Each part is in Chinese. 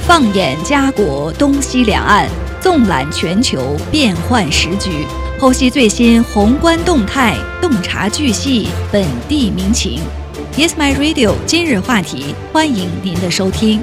放眼家国东西两岸，纵览全球变幻时局，剖析最新宏观动态，洞察巨细本地民情。Yes My Radio 今日话题，欢迎您的收听。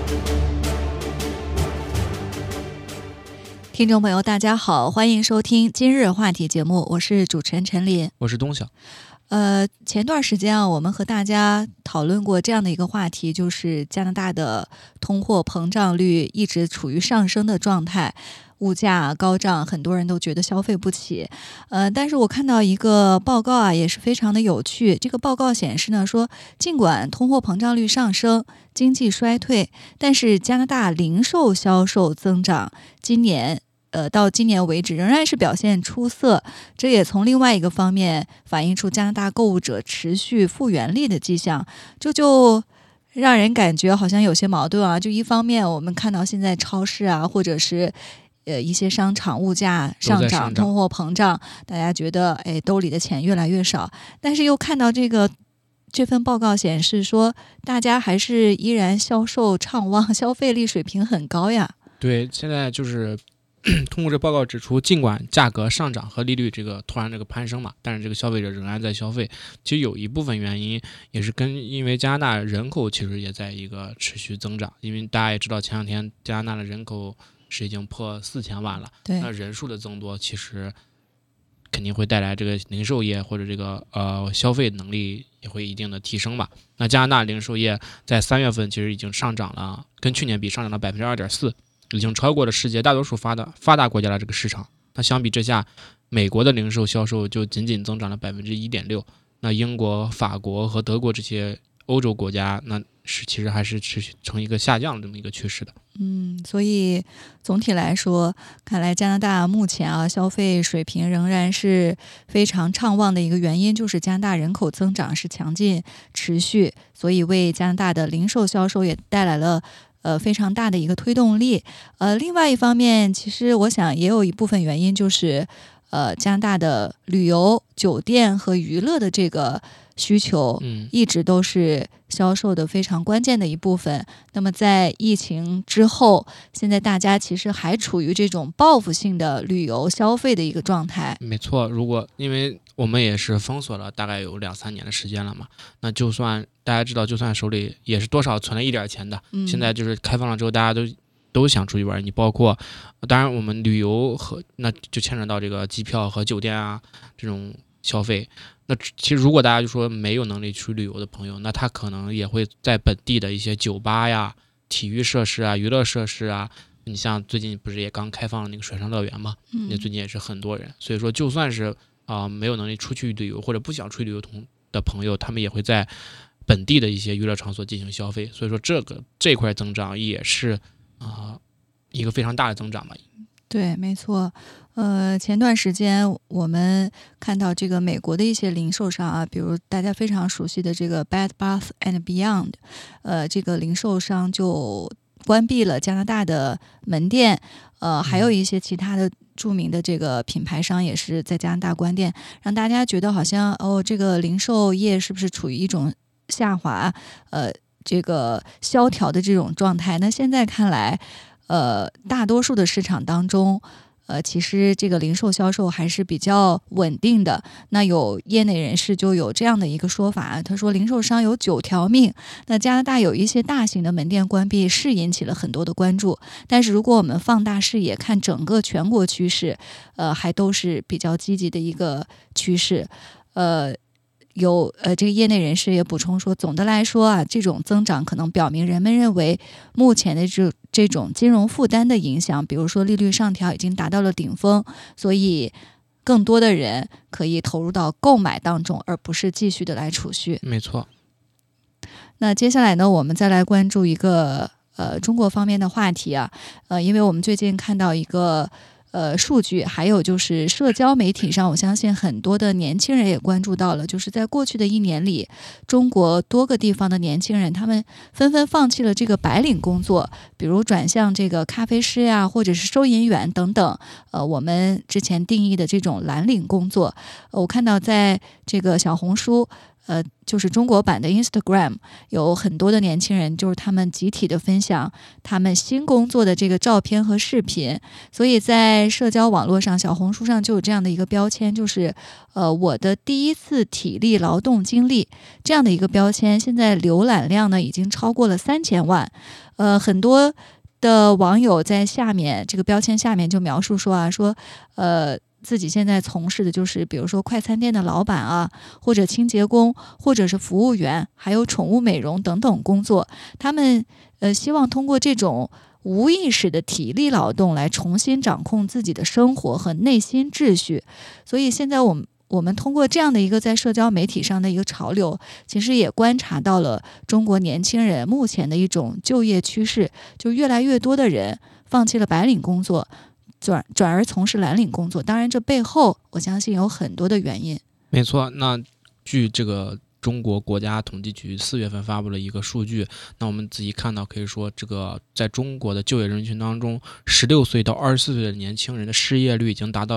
听众朋友大家好，欢迎收听今日话题节目，我是主持人陈琳， 我是东晓。 前段时间我们和大家讨论过这样的一个话题，就是加拿大的通货膨胀率一直处于上升的状态，物价高涨，很多人都觉得消费不起。但是我看到一个报告啊，也是非常的有趣。这个报告显示呢，说尽管通货膨胀率上升，经济衰退，但是加拿大零售销售增长，到今年为止仍然是表现出色，这也从另外一个方面反映出加拿大购物者持续复原力的迹象，这就让人感觉好像有些矛盾啊。就一方面我们看到现在超市啊，或者是一些商场物价上涨，通货膨胀，大家觉得兜里的钱越来越少，但是又看到这份报告显示说，大家还是依然销售畅旺，消费力水平很高呀。 对，现在就是通过这报告指出，尽管价格上涨和利率突然攀升嘛，但是这个消费者仍然在消费。其实有一部分原因也是因为加拿大人口其实也在一个持续增长，因为大家也知道前两天加拿大的人口是已经破4000万了，那人数的增多其实肯定会带来这个零售业或者消费能力也会一定的提升吧。那加拿大零售业在3月份其实已经上涨了，跟去年比上涨了 2.4%，已经超过了世界大多数发达国家的这个市场。那相比之下，美国的零售销售就仅仅增长了 1.6%， 那英国、法国和德国这些欧洲国家其实还是持续呈一个下降的这么一个趋势的。 所以总体来说，看来加拿大目前消费水平仍然是非常畅旺的一个原因，就是加拿大人口增长是强劲持续，所以为加拿大的零售销售也带来了非常大的一个推动力。另外一方面，其实我想也有一部分原因就是加拿大的旅游、酒店和娱乐的这个需求一直都是销售的非常关键的一部分。那么在疫情之后，现在大家其实还处于这种报复性的旅游消费的一个状态。 没错，因为我们也是封锁了大概有2-3年的时间了嘛，那就算大家知道，就算手里也是多少存了一点钱的，现在就是开放了之后，大家都想出去玩。你包括当然我们旅游那就牵扯到这个机票和酒店啊这种消费。那其实如果大家就说没有能力去旅游的朋友，那他可能也会在本地的一些酒吧呀、体育设施啊、娱乐设施啊，你像最近不是也刚开放了那个水上乐园嘛，那最近也是很多人。所以说就算是没有能力出去旅游或者不想出去旅游的朋友，他们也会在本地的一些娱乐场所进行消费。所以说这块增长也是一个非常大的增长吧。 对，没错。前段时间我们看到这个美国的一些零售商啊，比如大家非常熟悉的这个 Bed Bath and Beyond，这个零售商就关闭了加拿大的门店，还有一些其他的著名的这个品牌商也是在加拿大关店，让大家觉得好像这个零售业是不是处于一种下滑，这个萧条的这种状态。那现在看来，大多数的市场当中，其实这个零售销售还是比较稳定的。那有业内人士就有这样的一个说法，他说零售商有9条命。那加拿大有一些大型的门店关闭是引起了很多的关注，但是如果我们放大视野看整个全国趋势，还都是比较积极的一个趋势。这个业内人士也补充说，总的来说啊，这种增长可能表明人们认为目前的这种金融负担的影响，比如说利率上调已经达到了顶峰，所以更多的人可以投入到购买当中，而不是继续的来储蓄。 没错。 那接下来呢，我们再来关注一个中国方面的话题啊，因为我们最近看到一个数据，还有就是社交媒体上，我相信很多的年轻人也关注到了，就是在过去的1年里，中国多个地方的年轻人他们纷纷放弃了这个白领工作，比如转向这个咖啡师呀，或者是收银员等等，我们之前定义的这种蓝领工作。我看到在这个小红书就是中国版的 Instagram， 有很多的年轻人，就是他们集体的分享他们新工作的这个照片和视频，所以在社交网络上，小红书上就有这样的一个标签，就是我的第一次体力劳动经历这样的一个标签，现在浏览量呢已经超过了3000万，很多的网友在下面这个标签下面就描述说自己现在从事的就是比如说快餐店的老板啊，或者清洁工，或者是服务员，还有宠物美容等等工作，他们希望通过这种无意识的体力劳动来重新掌控自己的生活和内心秩序。所以现在我们通过这样的一个在社交媒体上的一个潮流，其实也观察到了中国年轻人目前的一种就业趋势，就越来越多的人放弃了白领工作，转而从事蓝领工作。当然这背后我相信有很多的原因。 没错，那据这个中国国家统计局4月份发布了一个数据，那我们仔细看到，可以说这个在中国的就业人群当中，16岁到24岁的年轻人的失业率已经达到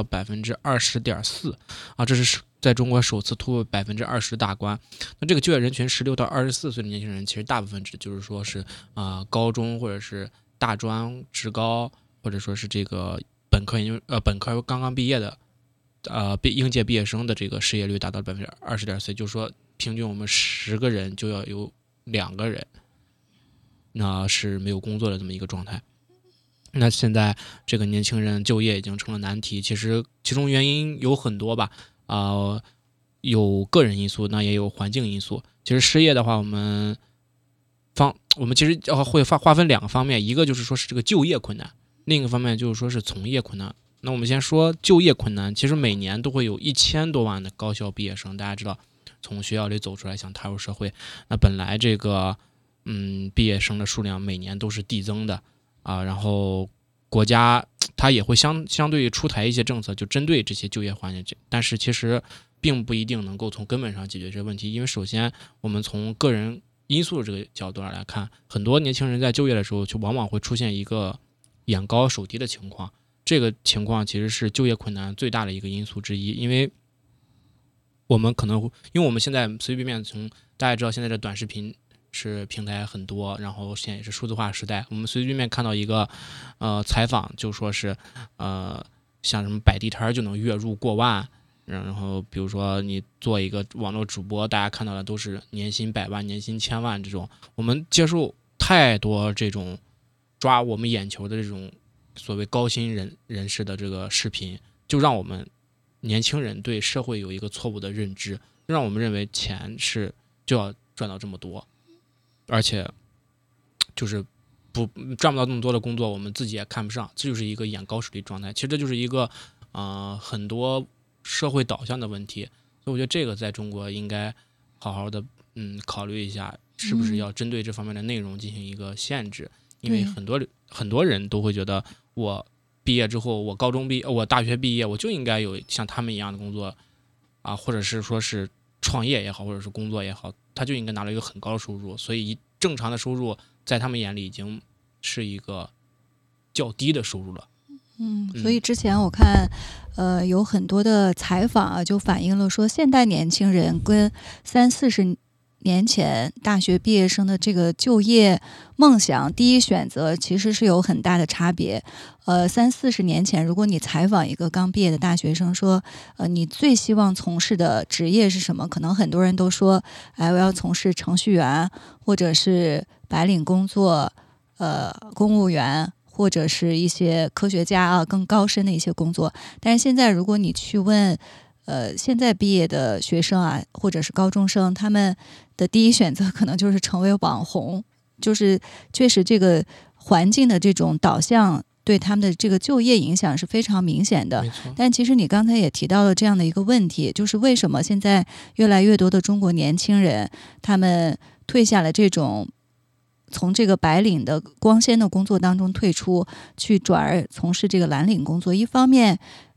20.4%啊，这是在中国首次突破20%大关。那这个就业人群16到24岁的年轻人，其实大部分指就是说是高中或者是大专、职高，或者说是这个本科刚刚毕业的应届毕业生的这个失业率达到20.4%，就是说平均我们10个人就要有2个人那是没有工作的这么一个状态。那现在这个年轻人就业已经成了难题，其实其中原因有很多吧，有个人因素，那也有环境因素。其实失业的话，我们其实会划分2个方面，一个就是说是这个就业困难，另一个方面就是说是从业困难。那我们先说就业困难，其实每年都会有1000多万的高校毕业生，大家知道从学校里走出来想踏入社会，那本来这个毕业生的数量每年都是递增的然后国家它也会相对出台一些政策，就针对这些就业环境，但是其实并不一定能够从根本上解决这个问题。因为首先我们从个人因素这个角度上来看，很多年轻人在就业的时候就往往会出现一个眼高手低的情况，这个情况其实是就业困难最大的一个因素之一。因为我们现在随随便便从大家知道现在的短视频是平台很多，然后现在也是数字化时代，我们随随便便看到一个采访，就说是像什么摆地摊就能月入过万，然后比如说你做一个网络主播，大家看到的都是年薪100万、年薪1000万这种，我们接受太多这种抓我们眼球的这种所谓高薪人士的这个视频，就让我们年轻人对社会有一个错误的认知，让我们认为钱就要赚到这么多，而且就是赚不到那么多的工作我们自己也看不上，这就是一个眼高手低状态。其实这就是一个很多社会导向的问题，所以我觉得这个在中国应该好好的考虑一下，是不是要针对这方面的内容进行一个限制。因为很多人都会觉得我毕业之后，我大学毕业，我就应该有像他们一样的工作或者是说是创业也好，或者是工作也好，他就应该拿到一个很高的收入，所以正常的收入在他们眼里已经是一个较低的收入了。 所以之前我看有很多的采访就反映了说，现代年轻人跟30-40年前大学毕业生的这个就业梦想第一选择其实是有很大的差别。30-40年前，如果你采访一个刚毕业的大学生说你最希望从事的职业是什么，可能很多人都说我要从事程序员，或者是白领工作，公务员，或者是一些科学家更高深的一些工作。但是现在如果你去问现在毕业的学生或者是高中生，他们的第一选择可能就是成为网红，就是确实这个环境的这种导向对他们的这个就业影响是非常明显的。但其实你刚才也提到了这样的一个问题，就是为什么现在越来越多的中国年轻人他们退下了这种从这个白领的光鲜的工作当中退出，去转而从事这个蓝领工作。一方面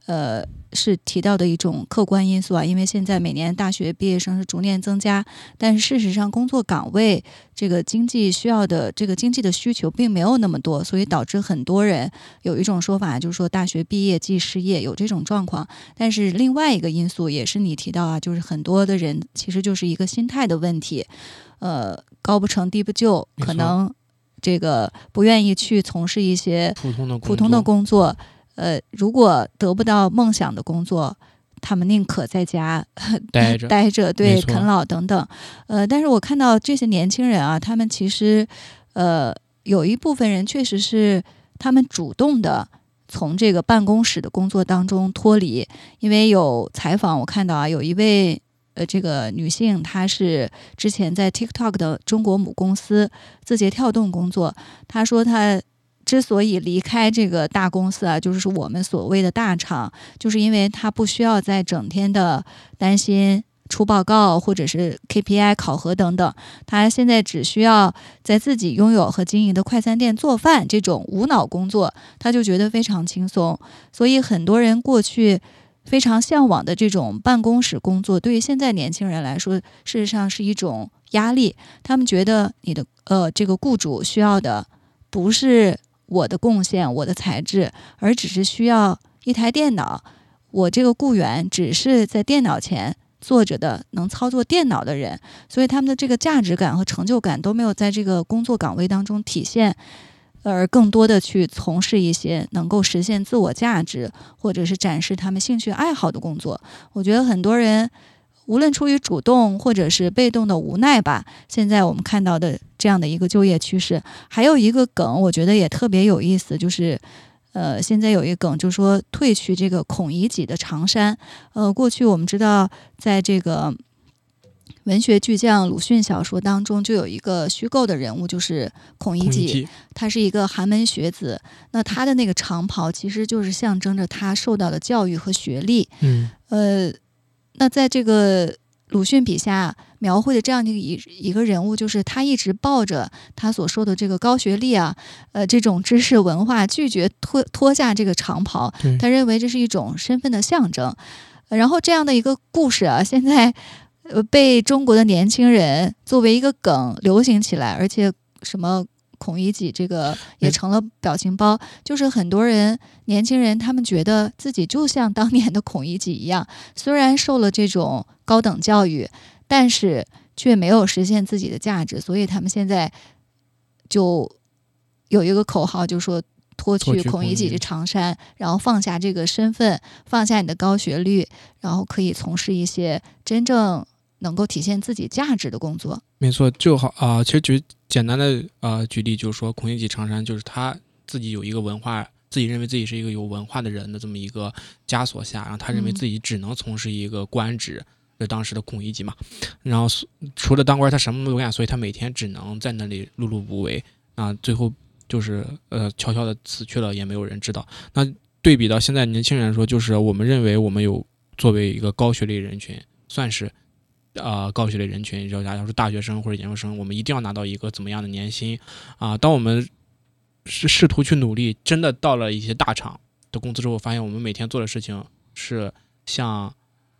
是提到的一种客观因素啊，因为现在每年大学毕业生是逐年增加，但是事实上工作岗位这个经济需要的这个经济的需求并没有那么多，所以导致很多人有一种说法，就是说大学毕业即失业，有这种状况。但是另外一个因素也是你提到啊，就是很多的人其实就是一个心态的问题，高不成低不就，可能这个不愿意去从事一些普通的工作。如果得不到梦想的工作，他们宁可在家待着，对，啃老等等。但是我看到这些年轻人啊，他们其实有一部分人确实是他们主动的从这个办公室的工作当中脱离。因为有采访我看到啊，有一位这个女性，她是之前在 TikTok 的中国母公司字节跳动工作，她说她之所以离开这个大公司啊，就是我们所谓的大厂，就是因为他不需要再整天的担心出报告或者是 KPI 考核等等，他现在只需要在自己拥有和经营的快餐店做饭这种无脑工作，他就觉得非常轻松。所以很多人过去非常向往的这种办公室工作，对于现在年轻人来说，事实上是一种压力。他们觉得你的这个雇主需要的不是我的贡献，我的才智，而只是需要一台电脑，我这个雇员只是在电脑前坐着的能操作电脑的人，所以他们的这个价值感和成就感都没有在这个工作岗位当中体现，而更多的去从事一些能够实现自我价值或者是展示他们兴趣爱好的工作。我觉得很多人无论出于主动或者是被动的无奈吧，现在我们看到的这样的一个就业趋势。还有一个梗我觉得也特别有意思，就是现在有一个梗，就是说褪去这个孔乙己的长衫。过去我们知道在这个文学巨匠鲁迅小说当中就有一个虚构的人物，就是孔乙己，他是一个寒门学子，那他的那个长袍其实就是象征着他受到的教育和学历。那在这个鲁迅笔下描绘的这样的一个人物，就是他一直抱着他所受的这个高学历啊，这种知识文化，拒绝脱下这个长袍，他认为这是一种身份的象征。然后这样的一个故事啊，现在被中国的年轻人作为一个梗流行起来，而且什么孔乙己这个也成了表情包，就是很多人年轻人他们觉得自己就像当年的孔乙己一样，虽然受了这种高等教育，但是却没有实现自己的价值，所以他们现在就有一个口号，就是说脱去孔乙己的长衫，然后放下这个身份，放下你的高学历，然后可以从事一些真正能够体现自己价值的工作。 没错，就好其实举简单的举例，就是说孔乙己长衫，就是他自己有一个文化，自己认为自己是一个有文化的人的这么一个枷锁下，然后他认为自己只能从事一个官职，是当时的孔乙己嘛。然后除了当官他什么都不干，所以他每天只能在那里碌碌无为啊，最后就是悄悄的死去了，也没有人知道。那对比到现在年轻人说，就是我们认为我们有作为一个高学历人群，算是高学历人群，假如说大学生或者研究生，我们一定要拿到一个怎么样的年薪啊？当我们试图去努力，真的到了一些大厂的公司之后，发现我们每天做的事情是像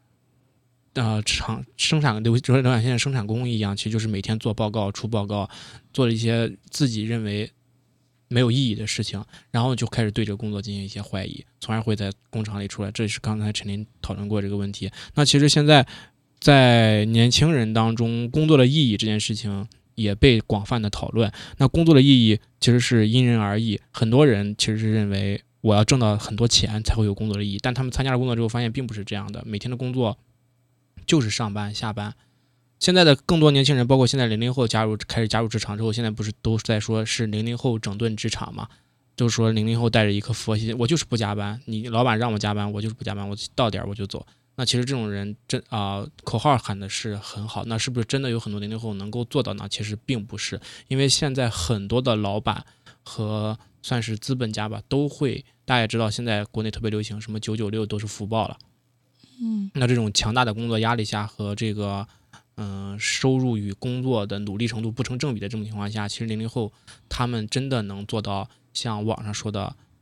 生产流产线生产工一样，其实就是每天做报告、出报告，做了一些自己认为没有意义的事情，然后就开始对这个工作进行一些怀疑，从而会在工厂里出来。这是刚才陈林讨论过这个问题。那其实现在在年轻人当中，工作的意义这件事情也被广泛的讨论。那工作的意义其实是因人而异，很多人其实是认为我要挣到很多钱才会有工作的意义，但他们参加了工作之后发现并不是这样的，每天的工作就是上班下班。现在的更多年轻人，包括现在00后开始加入职场之后，现在不是都在说是00后整顿职场嘛？就是说00后带着一颗佛心，我就是不加班，你老板让我加班，我就是不加班，我到点我就走。那其实这种人口号喊的是很好，那是不是真的有很多00后能够做到呢？其实并不是，因为现在很多的老板和算是资本家吧，都会，大家也知道现在国内特别流行什么996都是福报了。那这种强大的工作压力下和这个收入与工作的努力程度不成正比的这种情况下，其实00后他们真的能做到像网上说的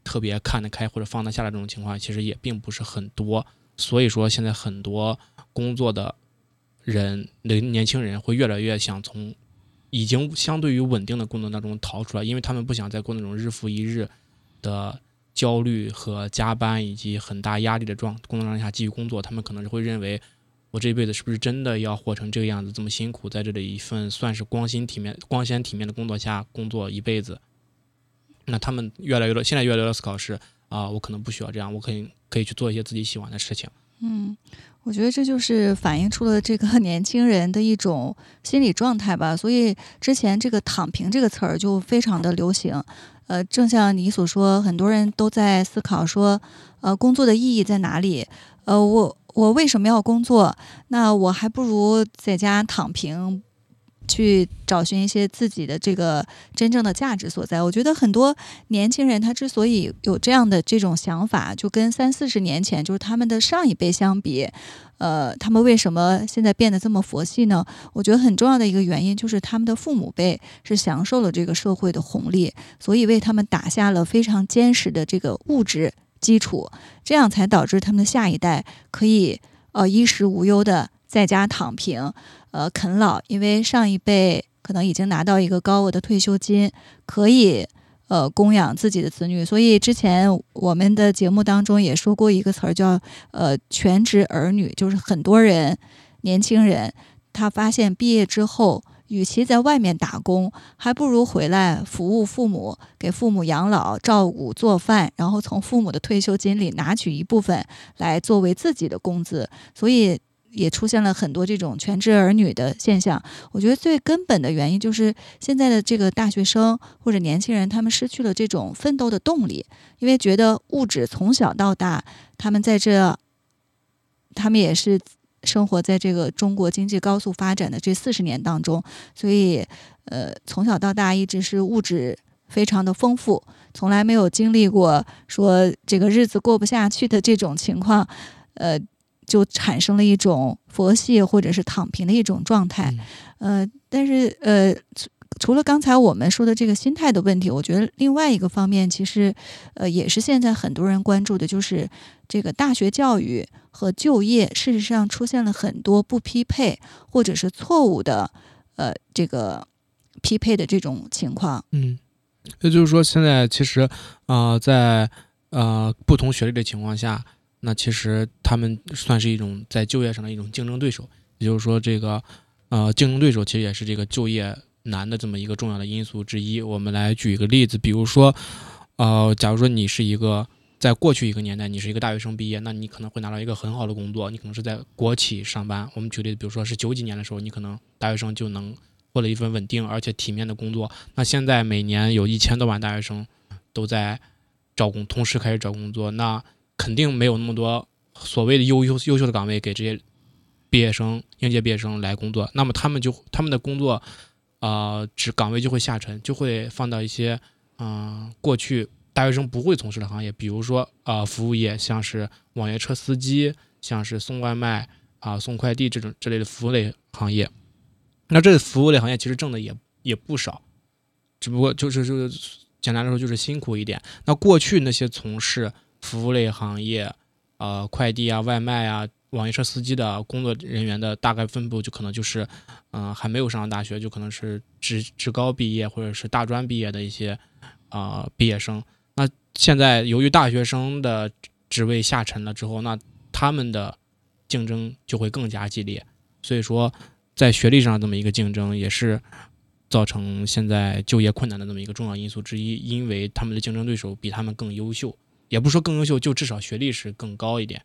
特别看得开或者放得下的这种情况，其实也并不是很多。所以说，现在很多工作的年轻人会越来越想从已经相对于稳定的工作当中逃出来，因为他们不想再过那种日复一日的焦虑和加班以及很大压力的工作状态下继续工作。他们可能会认为，我这一辈子是不是真的要活成这个样子，这么辛苦，在这里一份算是光鲜体面的工作下工作一辈子。那他们现在越来越思考是我可能不需要这样，我可以去做一些自己喜欢的事情。 我觉得这就是反映出了这个年轻人的一种心理状态吧。所以之前这个躺平这个词儿就非常的流行。正像你所说，很多人都在思考说，工作的意义在哪里？我为什么要工作？那我还不如在家躺平，去找寻一些自己的这个真正的价值所在。我觉得很多年轻人他之所以有这样的这种想法，就跟30-40年前就是他们的上一辈相比，他们为什么现在变得这么佛系呢？我觉得很重要的一个原因就是他们的父母辈是享受了这个社会的红利，所以为他们打下了非常坚实的这个物质基础，这样才导致他们的下一代可以衣食无忧的在家躺平，啃老。因为上一辈可能已经拿到一个高额的退休金，可以供养自己的子女。所以之前我们的节目当中也说过一个词儿叫全职儿女，就是很多年轻人他发现毕业之后，与其在外面打工，还不如回来服务父母，给父母养老、照顾、做饭，然后从父母的退休金里拿取一部分来作为自己的工资。所以也出现了很多这种全职儿女的现象。我觉得最根本的原因就是现在的这个大学生或者年轻人，他们失去了这种奋斗的动力，因为觉得物质从小到大，他们也是生活在这个中国经济高速发展的这40年当中，所以从小到大一直是物质非常的丰富，从来没有经历过说这个日子过不下去的这种情况，就产生了一种佛系或者是躺平的一种状态。但是除了刚才我们说的这个心态的问题，我觉得另外一个方面其实也是现在很多人关注的，就是这个大学教育和就业事实上出现了很多不匹配或者是错误的这个匹配的这种情况。 也就是说现在其实在不同学历的情况下，那其实他们算是一种在就业上的一种竞争对手。也就是说这个竞争对手其实也是这个就业难的这么一个重要的因素之一。我们来举一个例子，比如说假如说你是一个在过去一个年代你是一个大学生毕业，那你可能会拿到一个很好的工作，你可能是在国企上班。我们举例子，比如说是90几年的时候，你可能大学生就能获得一份稳定而且体面的工作。那现在每年有1000多万大学生都在同时开始找工作，那肯定没有那么多所谓的优秀的岗位给这些应届毕业生来工作。那么他们的工作岗位就会下沉，就会放到一些过去大学生不会从事的行业，比如说服务业，像是网约车司机，像是送外卖送快递这类的服务类行业。那这个服务类行业其实挣的也不少，只不过就是简单来说就是辛苦一点。那过去那些从事服务类行业快递外卖网约车司机的工作人员的大概分布就可能就是还没有上大学，就可能是职高毕业或者是大专毕业的一些毕业生。那现在由于大学生的职位下沉了之后，那他们的竞争就会更加激烈。所以说在学历上这么一个竞争也是造成现在就业困难的这么一个重要因素之一，因为他们的竞争对手比他们更优秀，也不说更优秀，就至少学历是更高一点。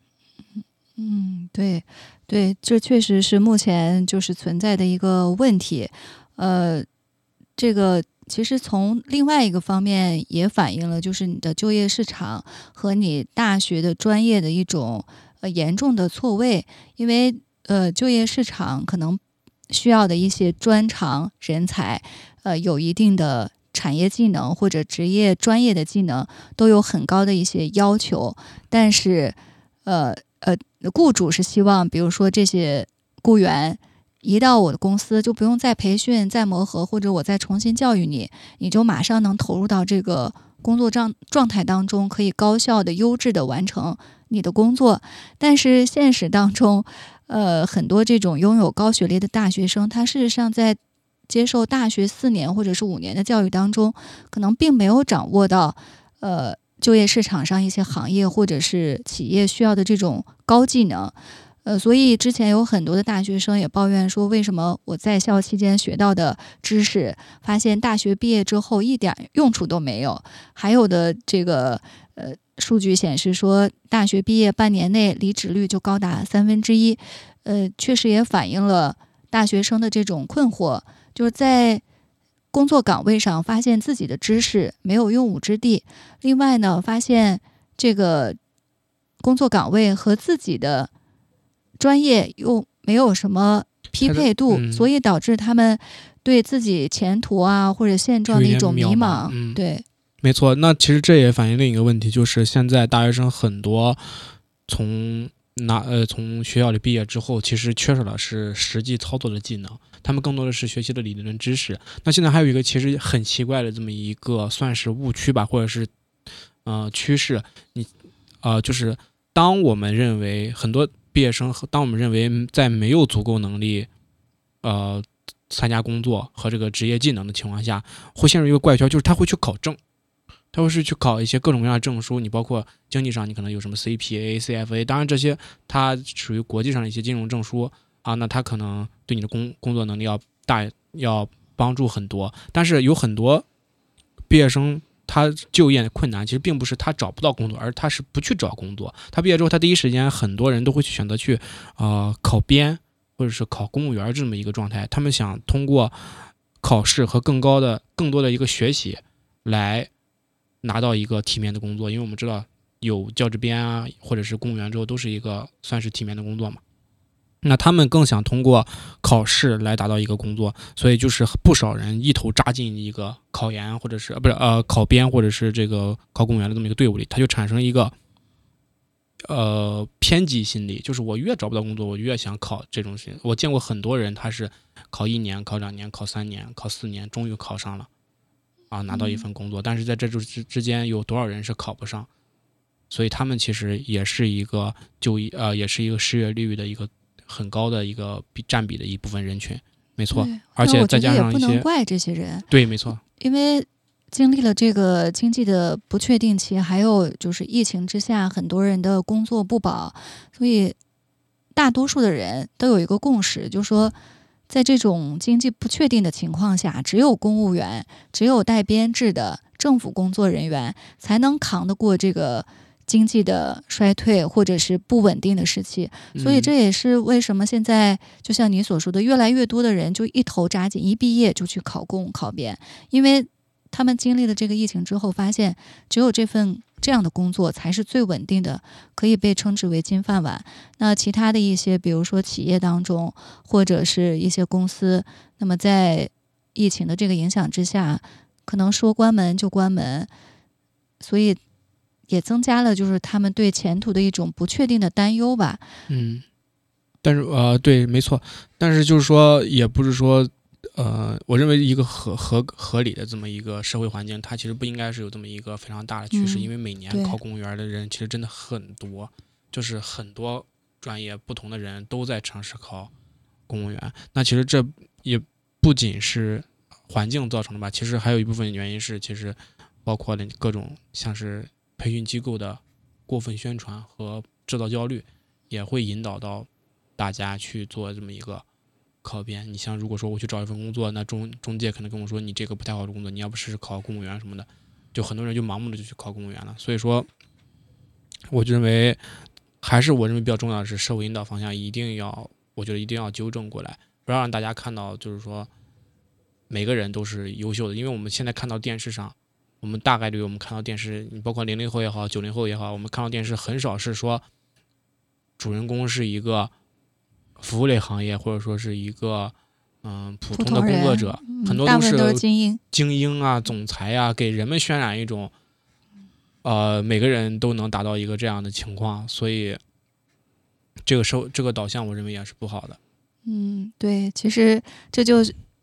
对，这确实是目前就是存在的一个问题。这个其实从另外一个方面也反映了，就是你的就业市场和你大学的专业的一种严重的错位。因为就业市场可能需要的一些专长人才，有一定的产业技能或者职业专业的技能，都有很高的一些要求。但是雇主是希望比如说这些雇员一到我的公司就不用再培训再磨合，或者我再重新教育你，你就马上能投入到这个工作状态当中可以高效的、优质的完成你的工作。但是现实当中，很多这种拥有高学历的大学生，他事实上在接受大学4年或者是5年的教育当中，可能并没有掌握到就业市场上一些行业或者是企业需要的这种高技能。所以之前有很多的大学生也抱怨说，为什么我在校期间学到的知识，发现大学毕业之后一点用处都没有。还有的这个数据显示说，大学毕业半年内离职率就高达1/3。确实也反映了大学生的这种困惑，就是在工作岗位上发现自己的知识没有用武之地，另外呢，发现这个工作岗位和自己的专业又没有什么匹配度，所以导致他们对自己前途啊或者现状的一种迷茫。对， 没错。那其实这也反映另一个问题，就是现在大学生很多从学校里毕业之后，其实缺少的是实际操作的技能，他们更多的是学习的理论知识。那现在还有一个其实很奇怪的这么一个算是误区吧，或者是趋势，就是当我们认为很多毕业生，当我们认为在没有足够能力参加工作和这个职业技能的情况下，会陷入一个怪圈，就是他会去考证。他会是去考一些各种各样的证书，你包括经济上你可能有什么 CPA、CFA， 当然这些它属于国际上的一些金融证书啊，那它可能对你的工作能力要帮助很多。但是有很多毕业生他就业困难，其实并不是他找不到工作，而他是不去找工作。他毕业之后，他第一时间很多人都会去选择去考编或者是考公务员这么一个状态，他们想通过考试和更多的一个学习来拿到一个体面的工作。因为我们知道有教职编啊或者是公务员之后都是一个算是体面的工作嘛，那他们更想通过考试来达到一个工作，所以就是不少人一头扎进一个考研或者是考编或者是这个考公务员的这么一个队伍里，他就产生一个偏激心理，就是我越找不到工作我越想考这种心理。我见过很多人他是考1年考2年考3年考4年终于考上了拿到一份工作，但是在这之间有多少人是考不上，所以他们其实也是一个也是一个失业率的一个很高的一个占比的一部分人群。没错，而且再加上一些， 也不能怪这些人。 对，没错， 因为经历了这个经济的不确定期，还有就是疫情之下很多人的工作不保，所以大多数的人都有一个共识，就是说在这种经济不确定的情况下，只有公务员，只有带编制的政府工作人员才能扛得过这个经济的衰退或者是不稳定的时期。所以这也是为什么现在就像你所说的，越来越多的人就一头扎进，一毕业就去考公考编，因为他们经历了这个疫情之后，发现只有这样的工作才是最稳定的，可以被称之为金饭碗。那其他的一些比如说企业当中或者是一些公司，那么在疫情的这个影响之下，可能说关门就关门，所以也增加了就是他们对前途的一种不确定的担忧吧。 但是对，没错，但是就是说也不是说我认为一个合理的这么一个社会环境，它其实不应该是有这么一个非常大的趋势，因为每年考公务员的人其实真的很多，就是很多专业不同的人都在尝试考公务员。那其实这也不仅是环境造成的吧，其实还有一部分原因是，其实包括了各种像是培训机构的过分宣传和制造焦虑，也会引导到大家去做这么一个考编。你像如果说我去找一份工作，那中介可能跟我说你这个不太好的工作，你要不试试考公务员什么的，就很多人就盲目的就去考公务员了。所以说我认为比较重要的是社会引导方向我觉得一定要纠正过来，不要让大家看到就是说每个人都是优秀的。因为我们现在看到电视上，我们大概率我们看到电视，你包括00后也好90后也好，我们看到电视很少是说主人公是一个服务类行业，或者说是一个普通的工作者，很多都是精英啊、总裁啊，给人们渲染一种每个人都能达到一个这样的情况，所以这个导向我认为也是不好的。 对，其实这就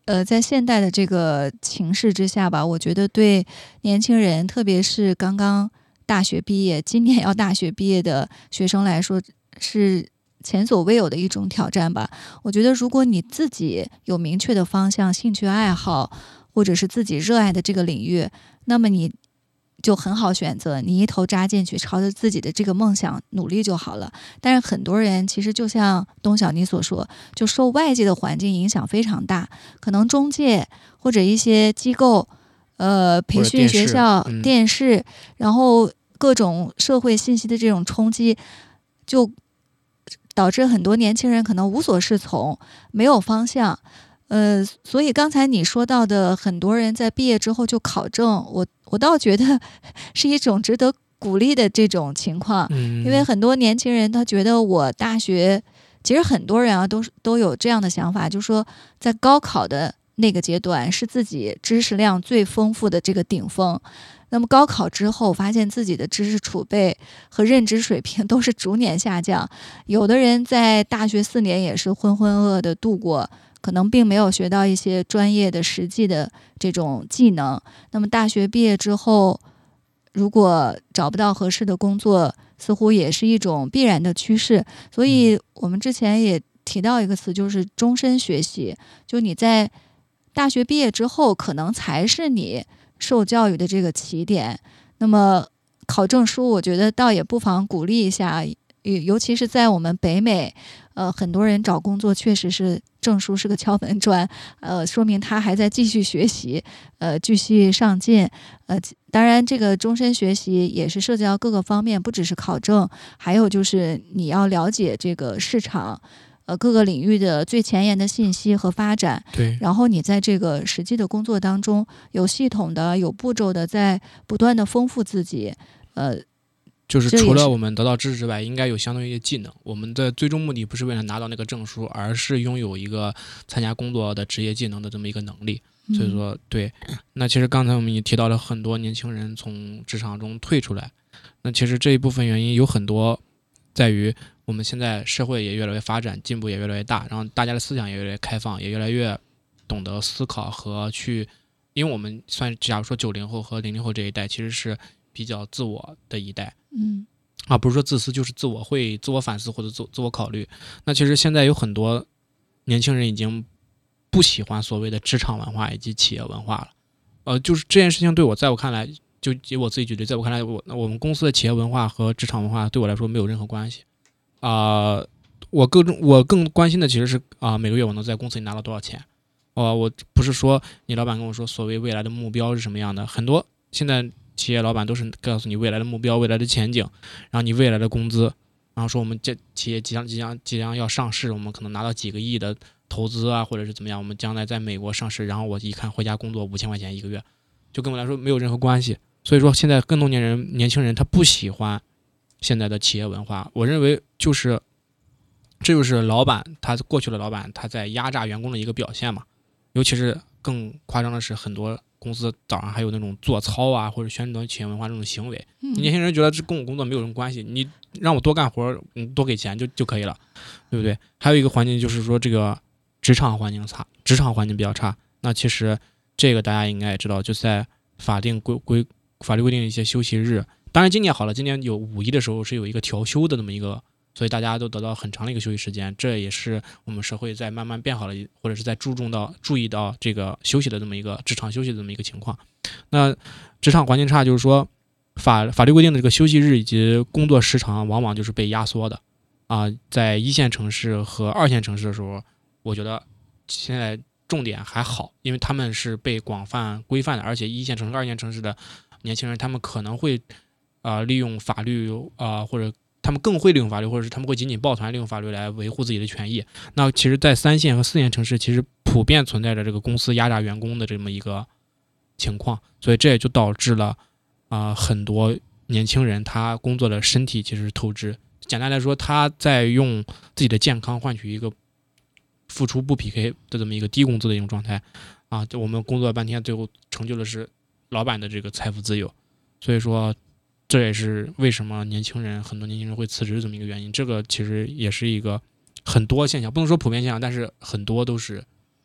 在现代的这个情势之下吧，我觉得对年轻人，特别是刚刚大学毕业，今年要大学毕业的学生来说，是前所未有的一种挑战吧。我觉得如果你自己有明确的方向、兴趣爱好，或者是自己热爱的这个领域，那么你就很好选择，你一头扎进去，朝着自己的这个梦想努力就好了。但是很多人其实就像东晓你所说，就受外界的环境影响非常大，可能中介或者一些机构、培训学校、电视，然后各种社会信息的这种冲击，就导致很多年轻人可能无所适从，没有方向。所以刚才你说到的很多人在毕业之后就考证，我倒觉得是一种值得鼓励的这种情况，因为很多年轻人他觉得我大学，其实很多人啊都有这样的想法，就是说在高考的那个阶段是自己知识量最丰富的这个顶峰，那么高考之后发现自己的知识储备和认知水平都是逐年下降，有的人在大学4年也是浑浑噩噩的度过，可能并没有学到一些专业的实际的这种技能。那么大学毕业之后，如果找不到合适的工作，似乎也是一种必然的趋势。所以我们之前也提到一个词，就是终身学习。就你在大学毕业之后，可能才是你受教育的这个起点。那么考证书，我觉得倒也不妨鼓励一下，尤其是在我们北美，很多人找工作确实是证书是个敲门砖，说明他还在继续学习，继续上进。当然这个终身学习也是涉及到各个方面，不只是考证，还有就是你要了解这个市场，各个领域的最前沿的信息和发展。 对， 然后你在这个实际的工作当中，有系统的、有步骤的，在不断的丰富自己。 就是除了我们得到知识之外，应该有相对应的技能。我们的最终目的不是为了拿到那个证书，而是拥有一个参加工作的职业技能的这么一个能力。所以说，对。那其实刚才我们也提到了很多年轻人从职场中退出来，那其实这一部分原因有很多，在于我们现在社会也越来越发展，进步也越来越大，然后大家的思想也越来越开放，也越来越懂得思考和去，因为我们算假如说90后和00后这一代，其实是比较自我的一代。不是说自私，就是自我会自我反思或者自我考虑。那其实现在有很多年轻人已经不喜欢所谓的职场文化以及企业文化了。就是这件事情在我看来，就以我自己举例，在我看来，我们公司的企业文化和职场文化对我来说没有任何关系。我更关心的其实是每个月我能在公司里拿到多少钱。我不是说你老板跟我说所谓未来的目标是什么样的，很多现在企业老板都是告诉你未来的目标、未来的前景，然后你未来的工资，然后说我们这企业即将要上市，我们可能拿到几个亿的投资啊，或者是怎么样，我们将来在美国上市，然后我一看回家工作5000块钱一个月，就跟我来说没有任何关系。所以说现在更多年轻人他不喜欢现在的企业文化，我认为这就是老板他过去的老板他在压榨员工的一个表现嘛。尤其是更夸张的是，很多公司早上还有那种做操啊，或者宣传企业文化这种行为。年轻人觉得这跟我工作没有什么关系，你让我多干活，你多给钱就可以了，对不对？还有一个环境就是说，这个职场环境比较差。那其实这个大家应该也知道，就在法律规定的一些休息日。当然今年好了，今年有5·1的时候是有一个调休的那么一个。所以大家都得到很长的一个休息时间，这也是我们社会在慢慢变好了，或者是在注意到这个休息的这么一个职场休息的这么一个情况。那职场环境差，就是说法律规定的这个休息日以及工作时长往往就是被压缩的在1线城市和2线城市的时候，我觉得现在重点还好，因为他们是被广泛规范的，而且1线城市、2线城市的年轻人，他们可能会利用法律或者他们更会利用法律，或者是他们会紧紧抱团利用法律来维护自己的权益。那其实在3线和4线城市其实普遍存在着这个公司压榨员工的这么一个情况，所以这也就导致了很多年轻人他工作的身体其实是透支。简单来说，他在用自己的健康换取一个付出不匹配的这么一个低工资的一种状态就我们工作半天，最后成就的是老板的这个财富自由。所以说这也是为什么很多年轻人会辞职这么一个原因。这个其实也是一个很多现象，不能说普遍现象，但是很多都是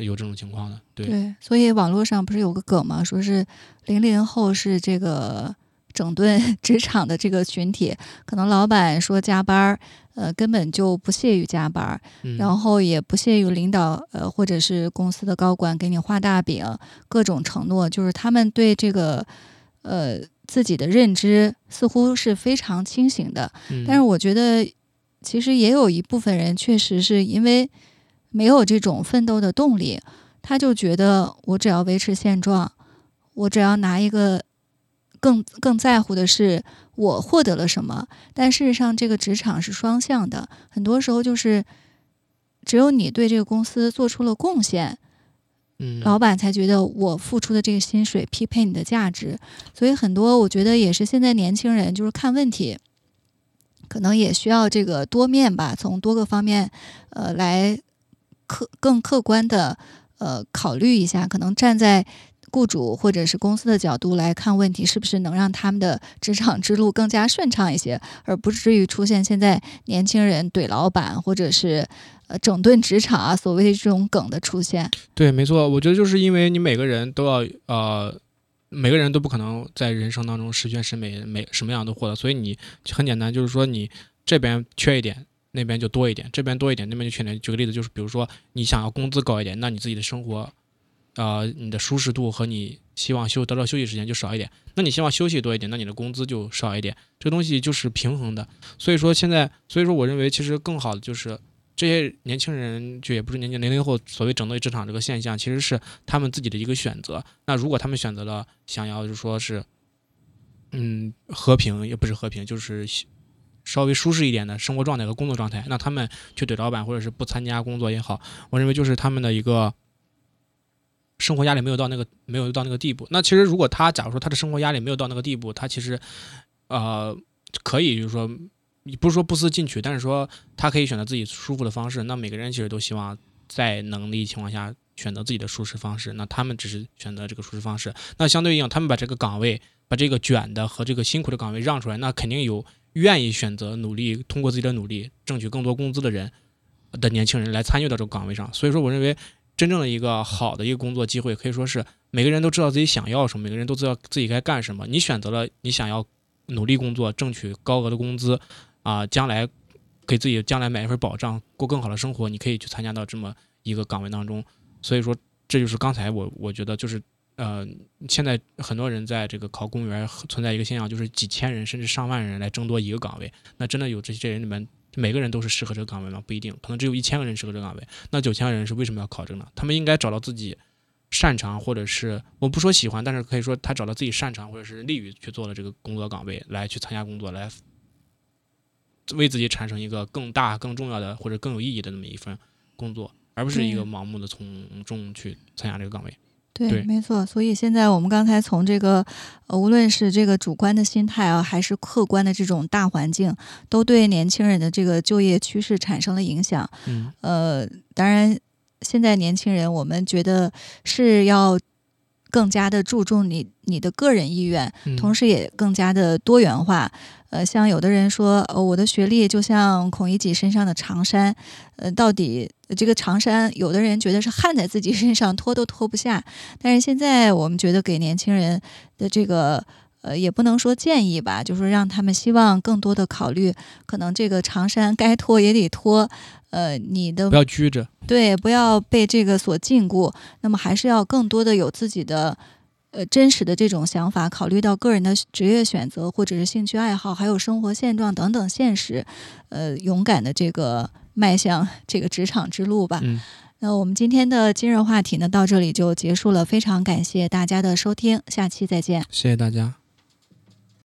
有这种情况的。 对，所以网络上不是有个梗吗？说是00后是这个整顿职场的这个群体，可能老板说加班，根本就不屑于加班，然后也不屑于领导或者是公司的高管给你画大饼，各种承诺，就是他们对这个自己的认知似乎是非常清醒的。但是我觉得其实也有一部分人确实是因为没有这种奋斗的动力，他就觉得我只要维持现状，我只要拿一个更在乎的是我获得了什么。但事实上这个职场是双向的，很多时候就是只有你对这个公司做出了贡献，老板才觉得我付出的这个薪水匹配你的价值。所以很多我觉得也是现在年轻人就是看问题可能也需要这个多面吧，从多个方面来更客观的考虑一下，可能站在雇主或者是公司的角度来看问题，是不是能让他们的职场之路更加顺畅一些，而不至于出现现在年轻人怼老板或者是整顿职场啊，所谓的这种梗的出现。 对，没错，我觉得就是因为你每个人都要每个人都不可能在人生当中十全十美，什么样都获得，所以你很简单，就是说你这边缺一点，那边就多一点，这边多一点，那边就缺一点。举个例子，就是比如说你想要工资高一点，那你自己的生活你的舒适度和你希望得到休息时间就少一点，那你希望休息多一点，那你的工资就少一点，这个东西就是平衡的。所以说我认为其实更好的就是这些年轻人，就也不是年轻00后所谓整顿职场这个现象，其实是他们自己的一个选择。那如果他们选择了想要就说是和平，也不是和平，就是稍微舒适一点的生活状态和工作状态，那他们去怼老板或者是不参加工作也好，我认为就是他们的一个生活压力没有到那个地步。那其实如果假如说他的生活压力没有到那个地步，他其实可以就是说不是说不思进取，但是说他可以选择自己舒服的方式。那每个人其实都希望在能力情况下选择自己的舒适方式，那他们只是选择这个舒适方式。那相对应他们把这个岗位，把这个卷的和这个辛苦的岗位让出来，那肯定有愿意选择努力，通过自己的努力争取更多工资的年轻人来参与到这个岗位上。所以说我认为真正的一个好的一个工作机会，可以说是每个人都知道自己想要什么，每个人都知道自己该干什么。你选择了你想要努力工作，争取高额的工资将来给自己将来买一份保障，过更好的生活，你可以去参加到这么一个岗位当中。所以说这就是刚才我觉得就是现在很多人在这个考公务员存在一个现象，就是几千人甚至上万人来争夺一个岗位。那真的有这些人里面每个人都是适合这个岗位吗？不一定，可能只有1000个人适合这个岗位。那9000个人是为什么要考这个呢？他们应该找到自己擅长，或者是我不说喜欢，但是可以说他找到自己擅长或者是利于去做的这个工作岗位，来去参加工作，来为自己产生一个更大更重要的或者更有意义的那么一份工作，而不是一个盲目的从众去参加这个岗位。 对，没错。所以现在我们刚才从这个无论是这个主观的心态啊，还是客观的这种大环境，都对年轻人的这个就业趋势产生了影响。当然现在年轻人我们觉得是要更加的注重你的个人意愿，同时也更加的多元化。像有的人说我的学历就像孔乙己身上的长衫，到底这个长衫有的人觉得是焊在自己身上脱都脱不下。但是现在我们觉得给年轻人的这个也不能说建议吧，就是让他们希望更多的考虑，可能这个长衫该脱也得脱，你的不要拘着， 对，不要被这个所禁锢，那么还是要更多的有自己的真实的这种想法，考虑到个人的职业选择或者是兴趣爱好，还有生活现状等等现实，勇敢的这个迈向这个职场之路吧。那我们今天的今日话题呢，到这里就结束了，非常感谢大家的收听，下期再见。 谢谢大家。